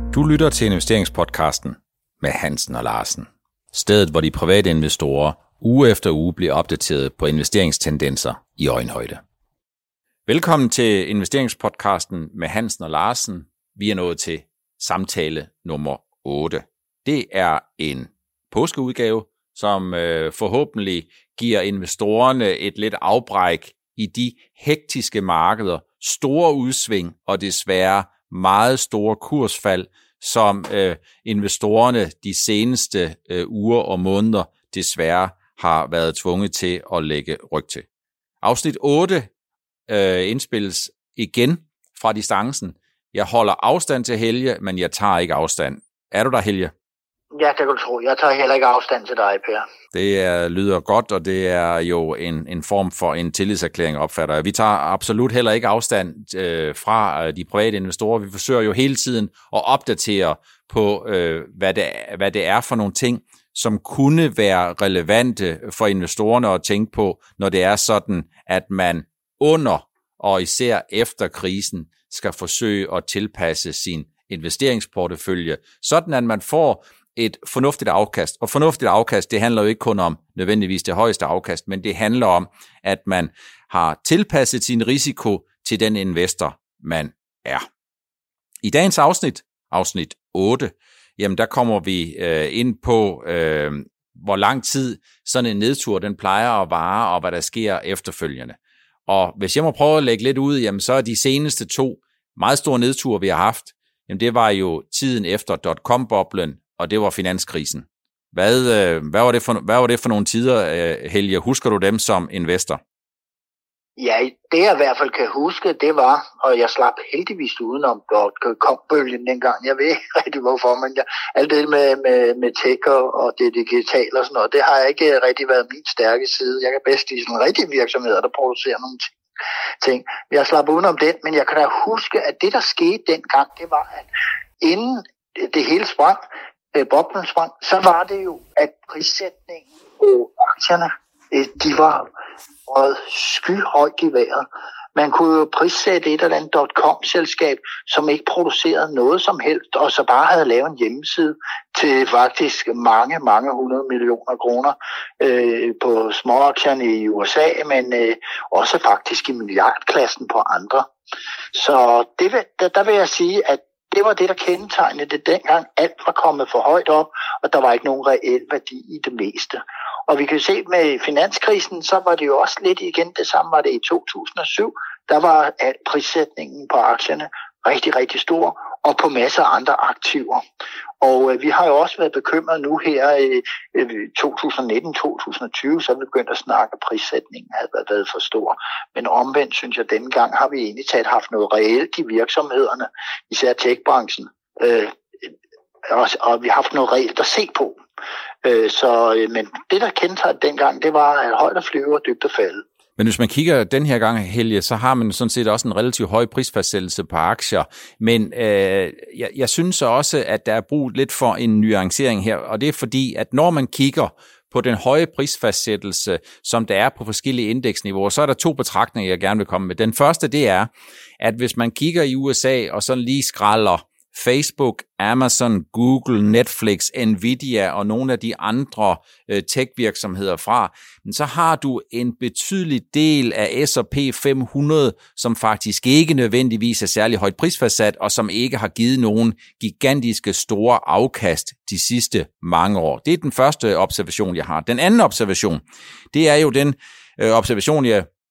Du lytter til investeringspodcasten med Hansen og Larsen. Stedet, hvor de private investorer uge efter uge bliver opdateret på investeringstendenser i øjenhøjde. Velkommen til investeringspodcasten med Hansen og Larsen. Vi er nået til samtale nummer 8. Det er en påskeudgave, som forhåbentlig giver investorerne et lidt afbræk i de hektiske markeder, store udsving og desværre meget store kursfald, som investorerne de seneste uger og måneder desværre har været tvunget til at lægge ryg til. Afsnit 8 indspilles igen fra distancen. Jeg holder afstand til Helge, men jeg tager ikke afstand. Er du der, Helge? Ja, det kan du tro. Jeg tager heller ikke afstand til dig, Per. Det lyder godt, og det er jo en form for en tillidserklæring, opfatter jeg. Vi tager absolut heller ikke afstand fra de private investorer. Vi forsøger jo hele tiden at opdatere på, hvad det er for nogle ting, som kunne være relevante for investorerne at tænke på, når det er sådan, at man under og især efter krisen skal forsøge at tilpasse sin investeringsportefølje, sådan at man får et fornuftigt afkast. Og fornuftigt afkast, det handler jo ikke kun om nødvendigvis det højeste afkast, men det handler om, at man har tilpasset sin risiko til den investor, man er. I dagens afsnit 8, jamen der kommer vi ind på, hvor lang tid sådan en nedtur den plejer at vare, og hvad der sker efterfølgende. Og hvis jeg må prøve at lægge lidt ud, jamen så er de seneste 2 meget store nedture, vi har haft, jamen det var jo tiden efter dot-com-boblen, og det var finanskrisen. Hvad var det for nogle tider, Helge? Husker du dem som investor? Ja, det jeg i hvert fald kan huske, det var, og jeg slap heldigvis udenom dot-com-bølgen dengang. Jeg ved ikke rigtig hvorfor, men alt det med tech og det digitale og sådan noget, det har ikke rigtig været min stærke side. Jeg kan bedst lide sådan rigtige virksomheder, der producerer nogle ting. Jeg slap udenom den, men jeg kan da huske, at det der skete dengang, det var, at inden det hele sprang, boblen sprang, så var det jo, at prissætningen på aktierne, de var skyhøjt i vejret. Man kunne jo prissætte et eller andet .com-selskab, som ikke producerede noget som helst, og så bare havde lavet en hjemmeside til faktisk mange 100 millioner kroner på småaktierne i USA, men også faktisk i milliardklassen på andre. Så der vil jeg sige, at det var det, der kendetegnede det dengang. Alt var kommet for højt op, og der var ikke nogen reel værdi i det meste. Og vi kan se med finanskrisen, så var det jo også lidt igen det samme, var det i 2007. Der var prissætningen på aktierne rigtig, rigtig stor, og på masser af andre aktiver. Og vi har jo også været bekymret nu her i 2019-2020, så er vi begyndt at snakke, at prissætningen havde været for stor. Men omvendt synes jeg, at denne gang har vi egentlig haft noget reelt i virksomhederne, især tech-branchen. Og vi har haft noget reelt at se på. Men det, der kendte dengang, det var at højt at flyve og dybt at falde. Men hvis man kigger den her gang, Helge, så har man sådan set også en relativt høj prisfastsættelse på aktier. Men jeg synes også, at der er brug lidt for en nuancering her. Og det er fordi, at når man kigger på den høje prisfastsættelse, som der er på forskellige indeksniveauer, så er der 2 betragtninger, jeg gerne vil komme med. Den første, det er, at hvis man kigger i USA og sådan lige skræller Facebook, Amazon, Google, Netflix, Nvidia og nogle af de andre tech-virksomheder fra, så har du en betydelig del af S&P 500, som faktisk ikke nødvendigvis er særlig højt prisfastsat, og som ikke har givet nogen gigantiske store afkast de sidste mange år. Det er den første observation, jeg har. Den anden observation, det er jo den observation,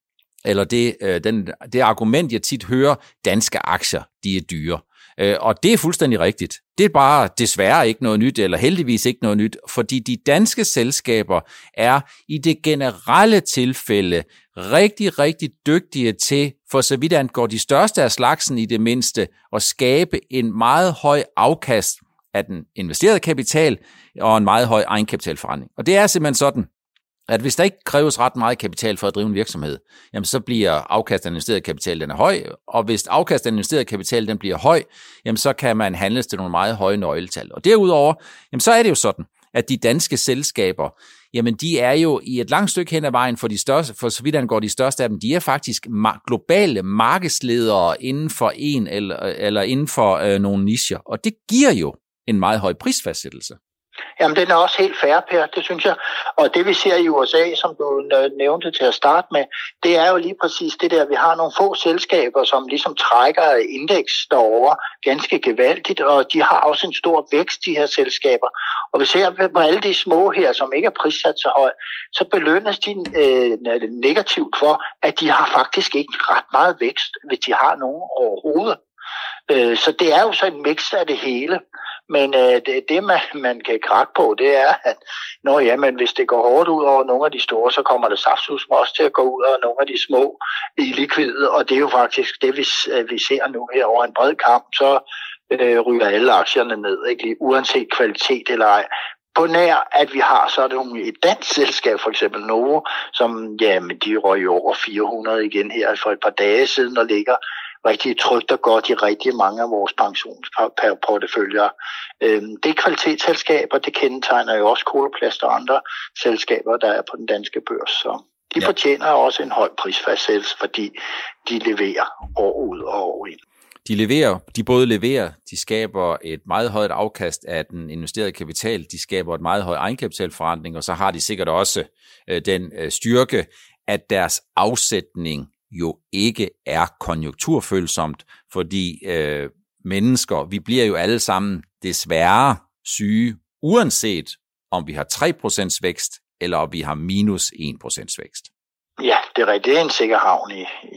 det argument, jeg tit hører, danske aktier, de er dyre. Og det er fuldstændig rigtigt. Det er bare desværre ikke noget nyt, eller heldigvis ikke noget nyt, fordi de danske selskaber er i det generelle tilfælde rigtig, rigtig dygtige til, for så vidt angår de største af slagsen i det mindste, at skabe en meget høj afkast af den investerede kapital og en meget høj egenkapitalforretning. Og det er simpelthen sådan, at hvis der ikke kræves ret meget kapital for at drive en virksomhed, jamen så bliver afkast af investeret kapital den er høj, og hvis afkast af investeret kapital den bliver høj, jamen så kan man handles til nogle meget høje nøgletal. Og derudover, jamen så er det jo sådan, at de danske selskaber, jamen de er jo i et langt stykke hen ad vejen for så vidt angår de største af dem, de er faktisk globale markedsledere inden for en eller inden for nogle nicher, og det giver jo en meget høj prisfastsættelse. Jamen, den er også helt fair, Per, det synes jeg. Og det vi ser i USA, som du nævnte til at starte med, det er jo lige præcis det der, vi har nogle få selskaber, som ligesom trækker indeks derover ganske gevaldigt, og de har også en stor vækst, de her selskaber. Og vi ser på alle de små her, som ikke er prissat så højt, så belønnes de negativt for, at de har faktisk ikke ret meget vækst, hvis de har nogen overhovedet. Så det er jo så en mix af det hele. Men det man kan krakke på, det er, at men hvis det går hårdt ud over nogle af de store, så kommer det saftsusme også til at gå ud over nogle af de små illikvide. Og det er jo faktisk det, vi ser nu her over en bred kamp, så ryger alle aktierne ned, ikke? Uanset kvalitet eller ej. På nær, at vi har så et dansk selskab, for eksempel Novo, som de røg over 400 igen her for et par dage siden og ligger rigtig trygt og godt i rigtig mange af vores pensionsporteføljer. Det er kvalitetsselskaber, det kendetegner jo også Coloplast og andre selskaber, der er på den danske børs. Så de fortjener også en høj prisfastsættelse, fordi de leverer år ud og år ind. De både leverer, de skaber et meget højt afkast af den investerede kapital, de skaber et meget højt egenkapitalforrentning, og så har de sikkert også den styrke, at deres afsætning jo ikke er konjunkturfølsomt, fordi mennesker, vi bliver jo alle sammen desværre syge, uanset om vi har 3% vækst, eller om vi har minus 1% vækst. Ja, det er rigtigt. Det er en sikker havn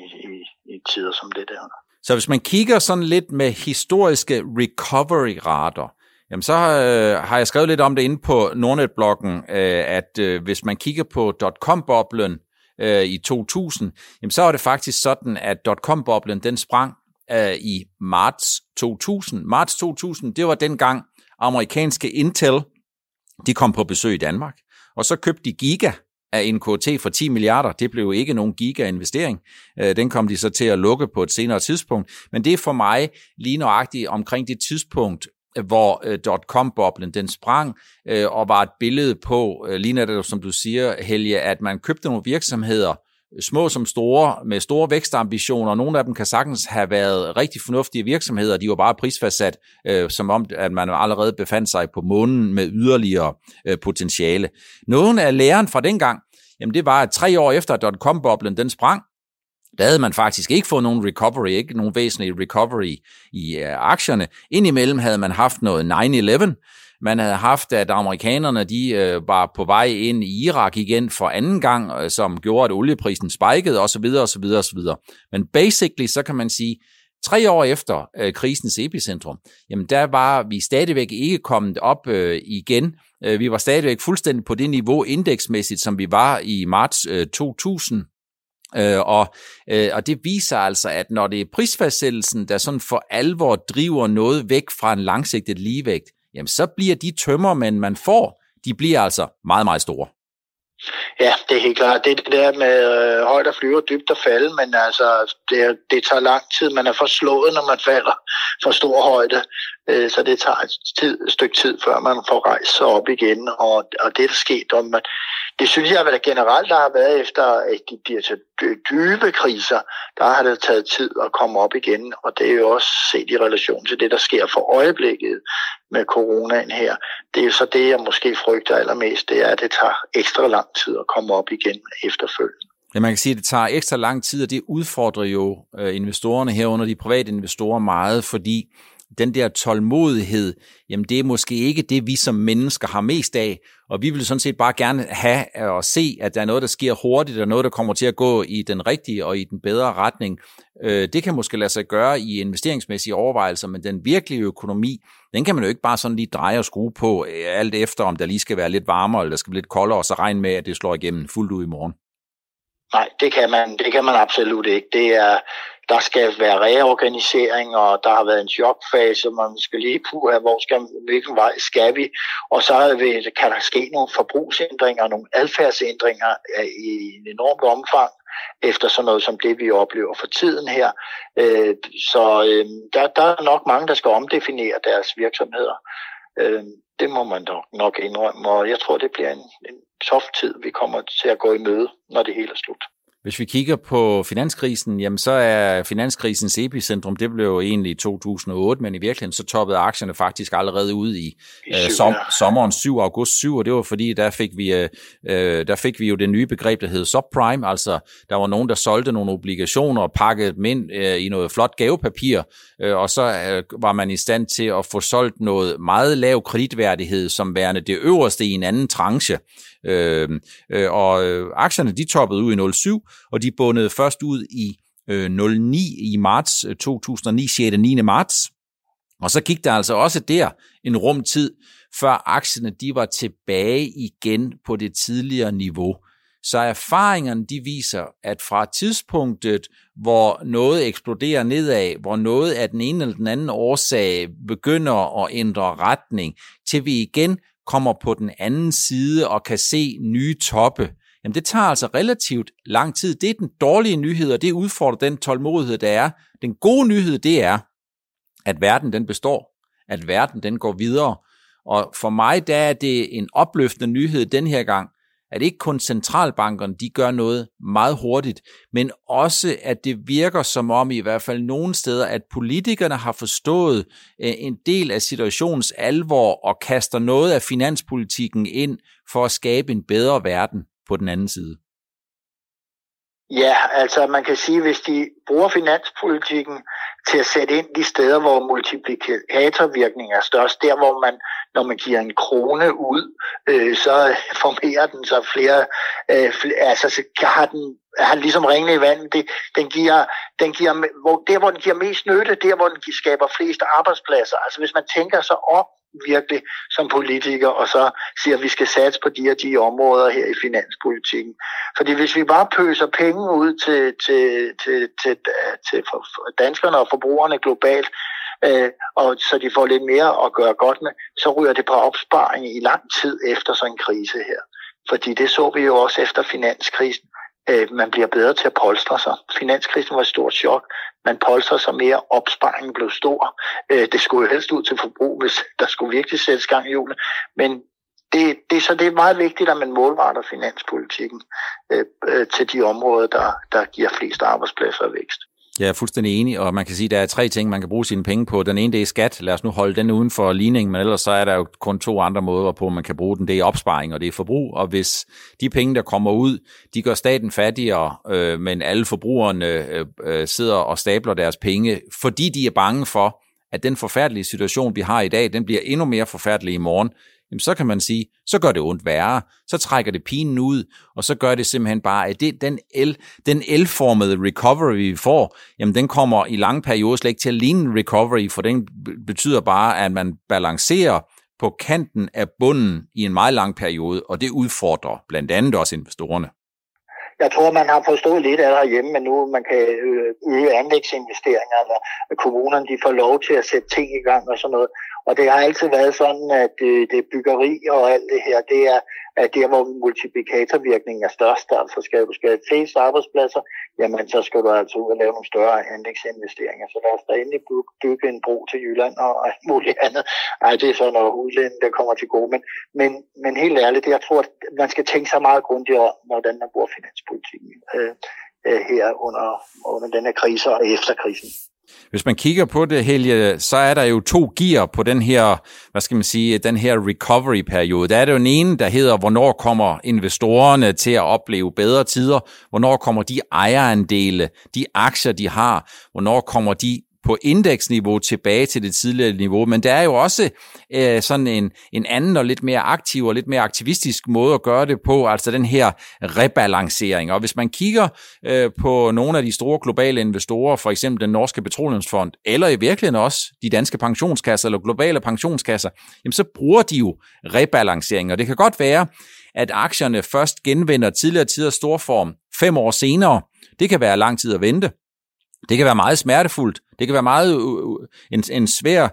i tider som det der. Så hvis man kigger sådan lidt med historiske recovery-rater, jamen så har jeg skrevet lidt om det inde på Nordnet-bloggen, at hvis man kigger på dot-com-boblen i 2000, jamen så var det faktisk sådan, at dot-com-boblen den sprang i marts 2000. Marts 2000, det var dengang amerikanske Intel, de kom på besøg i Danmark, og så købte de Giga af NKT for 10 milliarder. Det blev ikke nogen giga-investering. Den kom de så til at lukke på et senere tidspunkt. Men det er for mig lige nøjagtigt omkring det tidspunkt, hvor dot-com-boblen den sprang, og var et billede på, ligner det, som du siger, Helge, at man købte nogle virksomheder, små som store, med store vækstambitioner. Nogle af dem kan sagtens have været rigtig fornuftige virksomheder. De var bare prisfastsat, som om at man allerede befandt sig på månen med yderligere potentiale. Nogle af læren fra dengang, jamen det var, at 3 år efter dot-com-boblen den sprang, der havde man faktisk ikke fået nogen recovery, ikke nogen væsentlig recovery i aktierne. Indimellem havde man haft noget 9/11. Man havde haft, at amerikanerne de var på vej ind i Irak igen for anden gang, som gjorde, at olieprisen spikede osv. osv. Men basically, så kan man sige, 3 år efter krisens epicentrum, jamen der var vi stadigvæk ikke kommet op igen. Vi var stadigvæk fuldstændig på det niveau indeksmæssigt, som vi var i marts 2000. Og det viser altså, at når det er prisfastsættelsen, der sådan for alvor driver noget væk fra en langsigtet ligevægt, jamen så bliver de tømmermænd, man får, de bliver altså meget, meget store. Ja, det er helt klart. Det er det der med højt at flyve og dybt at falde, men altså, det tager lang tid. Man er forslået, når man falder for stor højde, så det tager et stykke tid, før man får rejst sig op igen, og det er der sket. Og det synes jeg, at generelt der har været efter, at de bliver til dybe kriser, der har det taget tid at komme op igen, og det er jo også set i relation til det, der sker for øjeblikket med coronaen her. Det er jo så det, jeg måske frygter allermest, det er, at det tager ekstra lang tid at komme op igen efterfølgende. Ja, man kan sige, at det tager ekstra lang tid, og det udfordrer jo investorerne herunder de private investorer meget, fordi den der tålmodighed, jamen det er måske ikke det, vi som mennesker har mest af, og vi vil sådan set bare gerne have og se, at der er noget, der sker hurtigt, og noget, der kommer til at gå i den rigtige og i den bedre retning. Det kan måske lade sig gøre i investeringsmæssige overvejelser, men den virkelige økonomi, den kan man jo ikke bare sådan lige dreje og skrue på, alt efter om der lige skal være lidt varmere, eller der skal blive lidt koldere, og så regne med, at det slår igennem fuldt ud i morgen. Nej, det kan man absolut ikke. Der skal være reorganisering, og der har været en chokfase, man skal lige hvilken vej skal vi, og så kan der ske nogle forbrugsændringer, nogle adfærdsændringer i en enormt omfang, efter sådan noget som det, vi oplever for tiden her. Så der er nok mange, der skal omdefinere deres virksomheder. Det må man dog nok indrømme, og jeg tror, det bliver en tof tid, vi kommer til at gå i møde, når det hele er slut. Hvis vi kigger på finanskrisen, jamen så er finanskrisens epicentrum, det blev jo egentlig i 2008, men i virkeligheden så toppede aktierne faktisk allerede ud i sommeren 7, august 7, og det var fordi, der fik vi jo det nye begreb, der hed subprime, altså der var nogen, der solgte nogle obligationer og pakkede dem ind i noget flot gavepapir, og så var man i stand til at få solgt noget meget lav kreditværdighed, som værende det øverste i en anden tranche. Og aktierne de toppede ud i 07, og de bundede først ud i 09 i marts 2009, 6. 9. marts. Og så gik der altså også der en rumtid, før aktierne de var tilbage igen på det tidligere niveau. Så erfaringerne de viser, at fra tidspunktet, hvor noget eksploderer nedad, hvor noget af den ene eller den anden årsag begynder at ændre retning, til vi igen kommer på den anden side og kan se nye toppe, jamen det tager altså relativt lang tid. Det er den dårlige nyhed, og det udfordrer den tålmodighed, der er. Den gode nyhed, det er, at verden den består, at verden den går videre. Og for mig, der er det en opløftende nyhed den her gang, at ikke kun centralbankerne, de gør noget meget hurtigt, men også, at det virker som om i hvert fald nogle steder, at politikerne har forstået en del af situationens alvor og kaster noget af finanspolitikken ind for at skabe en bedre verden på den anden side. Ja, altså man kan sige, hvis de bruger finanspolitikken til at sætte ind de steder, hvor multiplikatorvirkningen er størst, der hvor man, når man giver en krone ud, så formerer den sig flere, altså så har den ligesom ringene i vandet. Den giver, hvor den giver mest nytte, der hvor den skaber flest arbejdspladser. Altså hvis man tænker sig om virkelig som politiker, og så siger, at vi skal satse på de og de områder her i finanspolitikken. Fordi hvis vi bare pøser penge ud til danskerne og forbrugerne globalt, og så de får lidt mere at gøre godt med, så ryger det på opsparing i lang tid efter sådan en krise her. Fordi det så vi jo også efter finanskrisen. Man bliver bedre til at polstre sig. Finanskrisen var et stort chok. Man polstrer sig mere, opsparingen blev stor. Det skulle jo helst ud til forbrug, hvis der skulle virkelig sættes gang i hjulene. Men det er meget vigtigt, at man målretter finanspolitikken til de områder, der giver flest arbejdspladser og vækst. Jeg er fuldstændig enig, og man kan sige, at der er 3 ting, man kan bruge sine penge på. Den ene, det er skat. Lad os nu holde den uden for ligningen, men ellers så er der jo kun 2 andre måder på, man kan bruge den. Det er opsparing, og det er forbrug. Og hvis de penge, der kommer ud, de gør staten fattigere, men alle forbrugerne sidder og stabler deres penge, fordi de er bange for, at den forfærdelige situation, vi har i dag, den bliver endnu mere forfærdelig i morgen, jamen så kan man sige, så gør det ondt værre, så trækker det pinen ud, og så gør det simpelthen bare, at den L-formede recovery, vi får, jamen den kommer i lange perioder slet ikke til at ligne en recovery, for den betyder bare, at man balancerer på kanten af bunden i en meget lang periode, og det udfordrer blandt andet også investorerne. Jeg tror, man har forstået lidt af det herhjemme, men nu man kan øge anlægsinvesteringer, eller kommunerne de får lov til at sætte ting i gang og sådan noget. Og det har altid været sådan, at det byggeri og alt det her, det er der, hvor multiplikatorvirkningen er størst. Altså skal du have flest arbejdspladser, jamen så skal du altså ud og lave nogle større anlægsinvesteringer. Så lad os da endelig bygge en bro til Jylland og alt muligt andet. Ej, det er så noget udlænding, der kommer til gode. Men helt ærligt, jeg tror, at man skal tænke sig meget grundigt om, hvordan man bruger finanspolitikken her under den her krise og efter krisen. Hvis man kigger på det, Helge, så er der jo 2 gear på den her, den her recovery-periode. Der er det jo en ene, der hedder, hvornår kommer investorerne til at opleve bedre tider? Hvornår kommer de ejerandele, de aktier, de har? Hvornår kommer de på indeksniveau tilbage til det tidligere niveau, men der er jo også sådan en anden og lidt mere aktiv og lidt mere aktivistisk måde at gøre det på, altså den her rebalancering. Og hvis man kigger på nogle af de store globale investorer, for eksempel den norske petroleumsfond, eller i virkeligheden også de danske pensionskasser eller globale pensionskasser, jamen så bruger de jo rebalancering, og det kan godt være, at aktierne først genvinder tidligere tiders storform 5 år senere. Det kan være lang tid at vente. Det kan være meget smertefuldt. Det kan være meget en svær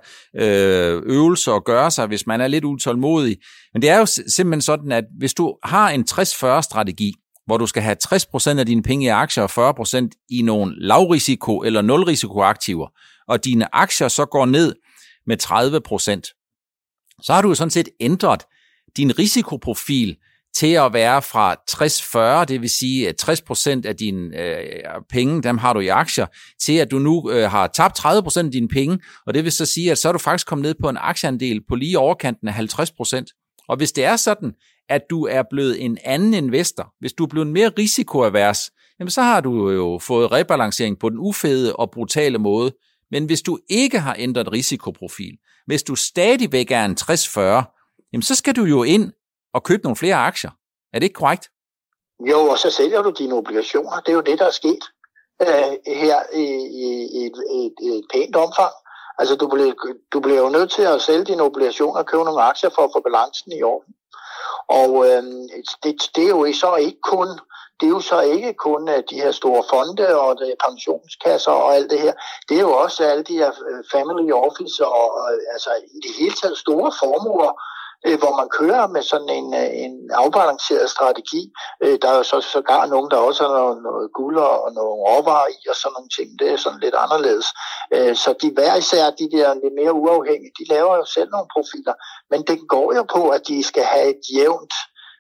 øvelse at gøre sig, hvis man er lidt utålmodig. Men det er jo simpelthen sådan, at hvis du har en 60-40-strategi, hvor du skal have 60% af dine penge i aktier og 40% i nogle lavrisiko- eller nulrisikoaktiver, og dine aktier så går ned med 30%, så har du jo sådan set ændret din risikoprofil til at være fra 60-40, det vil sige, at 60% af dine penge, dem har du i aktier, til at du nu har tabt 30% af dine penge, og det vil så sige, at så er du faktisk kommet ned på en aktieandel på lige overkanten af 50%. Og hvis det er sådan, at du er blevet en anden investor, hvis du er blevet mere risikoavers, jamen så har du jo fået rebalancering på den ufede og brutale måde. Men hvis du ikke har ændret risikoprofil, hvis du stadigvæk er en 60-40, jamen så skal du jo ind og købe nogle flere aktier. Er det ikke korrekt? Jo, og så sælger du dine obligationer. Det er jo det, der er sket her i et pænt omfang. Altså, du bliver jo nødt til at sælge dine obligationer og købe nogle aktier for at få balancen i orden. Og det er jo så ikke kun... Det er jo så ikke kun de her store fonde og pensionskasser og alt det her. Det er jo også alle de her family office og altså i det hele taget store formuer, hvor man kører med sådan en afbalanceret strategi. Der er jo sågar nogen, der også har noget guld og nogle råvarer i og sådan nogle ting. Det er sådan lidt anderledes. Så de hver især de der lidt mere uafhængige, de laver jo selv nogle profiler. Men det går jo på, at de skal have et jævnt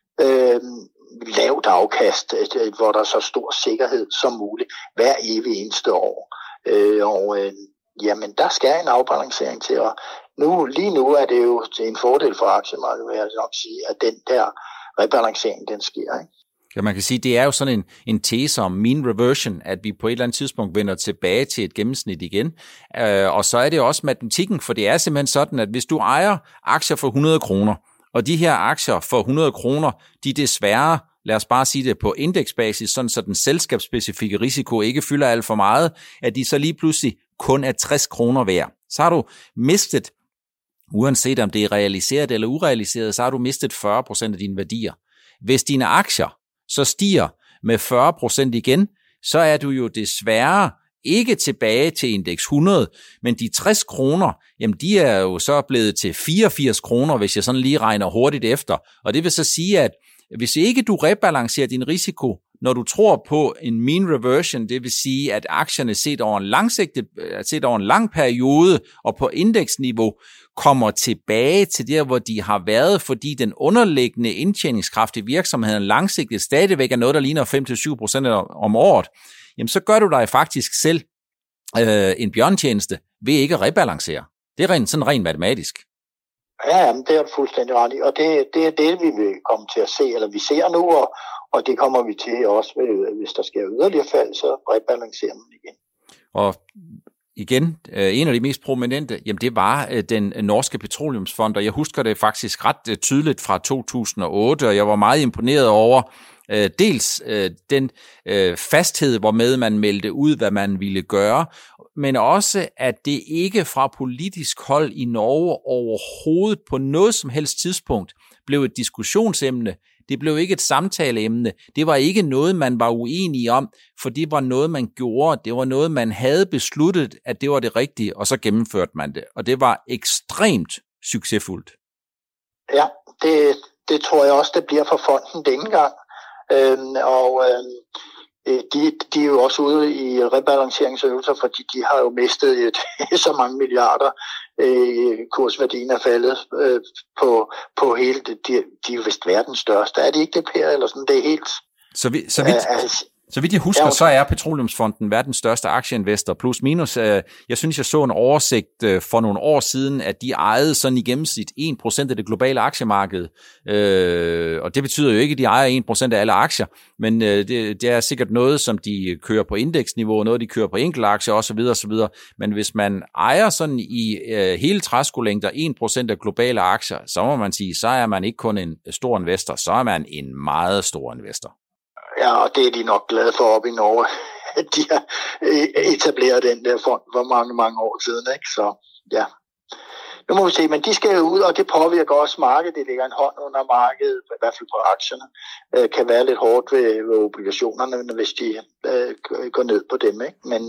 lavt afkast, hvor der er så stor sikkerhed som muligt hver evig eneste år. Jamen, der skal en afbalancering til, og lige nu er det jo en fordel for aktiemarkedet, vil jeg nok sige, at den der rebalancering, den sker, ikke? Ja, man kan sige, det er jo sådan en tese om mean reversion, at vi på et eller andet tidspunkt vender tilbage til et gennemsnit igen. Og så er det også matematikken, for det er simpelthen sådan, at hvis du ejer aktier for 100 kroner, og de her aktier for 100 kroner, de desværre, lad os bare sige det på indeksbasis, sådan så den selskabsspecifikke risiko ikke fylder alt for meget, at de så lige pludselig kun er 60 kroner værd. Så har du mistet, uanset om det er realiseret eller urealiseret, så har du mistet 40% af dine værdier. Hvis dine aktier så stiger med 40% igen, så er du jo desværre ikke tilbage til indeks 100, men de 60 kroner, jamen de er jo så blevet til 84 kroner, hvis jeg sådan lige regner hurtigt efter. Og det vil så sige, at hvis ikke du rebalancerer din risiko, når du tror på en mean reversion, det vil sige, at aktierne set over en lang periode og på indeksniveau kommer tilbage til der, hvor de har været, fordi den underliggende indtjeningskraft i virksomheden langsigtet stadigvæk er noget, der ligner 5-7% om året, jamen så gør du dig faktisk selv en bjørntjeneste ved ikke at rebalancere. Det er sådan rent matematisk. Ja, det er du fuldstændig ret i, og det er det, vi vil komme til at se, eller vi ser nu, og det kommer vi til også, hvis der sker yderligere fald, så rebalancerer man igen. Og igen, en af de mest prominente, jamen det var den norske petroleumsfond, og jeg husker det faktisk ret tydeligt fra 2008, og jeg var meget imponeret over dels den fasthed, hvormed man meldte ud, hvad man ville gøre, men også, at det ikke fra politisk hold i Norge overhovedet på noget som helst tidspunkt blev et diskussionsemne. Det blev ikke et samtaleemne. Det var ikke noget, man var uenige om, for det var noget, man gjorde. Det var noget, man havde besluttet, at det var det rigtige, og så gennemførte man det. Og det var ekstremt succesfuldt. Ja, det tror jeg også, det bliver for fonden denne gang. De er jo også ude i rebalanceringsøvelser, fordi de har jo mistet så mange milliarder. Kursværdien er faldet på hele det. De er jo vist verdens største. Er det ikke det, Per? Eller sådan, det er helt... Så vidt jeg husker, så er Petroleumsfonden verdens største aktieinvestor, plus minus. Jeg synes, jeg så en oversigt for nogle år siden, at de ejede sådan i gennemsnit 1% af det globale aktiemarked. Og det betyder jo ikke, at de ejer 1% af alle aktier, men det er sikkert noget, som de kører på indeksniveau, noget de kører på enkeltaktier osv. osv. Men hvis man ejer sådan i hele træskolængder 1% af globale aktier, så må man sige, så er man ikke kun en stor investor, så er man en meget stor investor. Ja, og det er de nok glade for op i Norge, at de har etableret den der fond for mange år siden, ikke? Så ja, nu må vi se, men de skal jo ud, og det påvirker også markedet. Det ligger en hånd under markedet, i hvert fald på aktierne. Kan være lidt hårdt ved obligationerne, hvis de går ned på dem, ikke? Men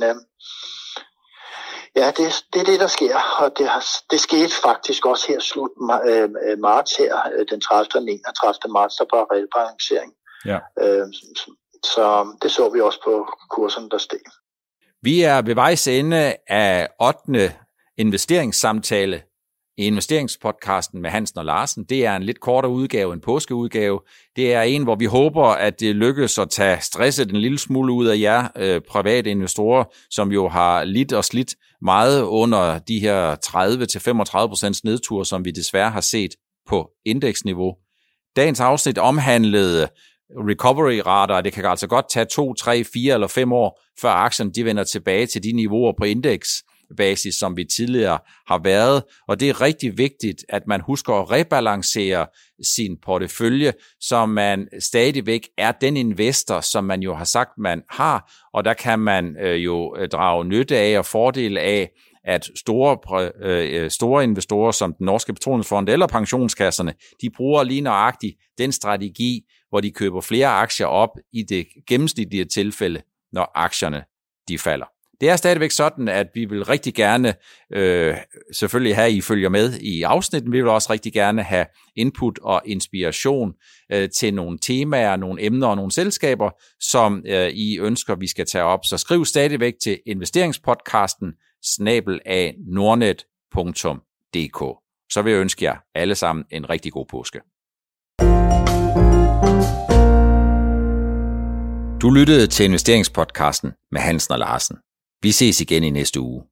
ja, det er det, der sker, og det skete faktisk også her slut marts her, den 30. og 31. marts, der var rebalancering. Ja. Så det så vi også på kurserne, der steg. Vi er ved vejs ende af 8. investeringssamtale Investeringspodcasten med Hansen og Larsen. Det er en lidt kortere udgave, en påskeudgave. Det er en, hvor vi håber, at det lykkes at tage stresset en lille smule ud af jer private investorer, som jo har lidt og slidt meget under de her 30-35% nedtur, som vi desværre har set på indeksniveau. Dagens afsnit omhandlede recovery-rater, og det kan altså godt tage 2, 3, 4 eller 5 år, før aktierne de vender tilbage til de niveauer på indeksbasis, som vi tidligere har været. Og det er rigtig vigtigt, at man husker at rebalancere sin portefølje, så man stadigvæk er den investor, som man jo har sagt, man har. Og der kan man jo drage nytte af og fordel af, at store investorer som den norske petroleumsfond eller pensionskasserne, de bruger lige nøjagtigt den strategi, hvor de køber flere aktier op i det gennemsnitlige tilfælde, når aktierne de falder. Det er stadigvæk sådan, at vi vil rigtig gerne selvfølgelig have, I følger med i afsnitten. Vi vil også rigtig gerne have input og inspiration til nogle temaer, nogle emner og nogle selskaber, som I ønsker, vi skal tage op. Så skriv stadigvæk til investeringspodcasten @nordnet.dk. Så vil jeg ønske jer alle sammen en rigtig god påske. Du lyttede til investeringspodcasten med Hansen og Larsen. Vi ses igen i næste uge.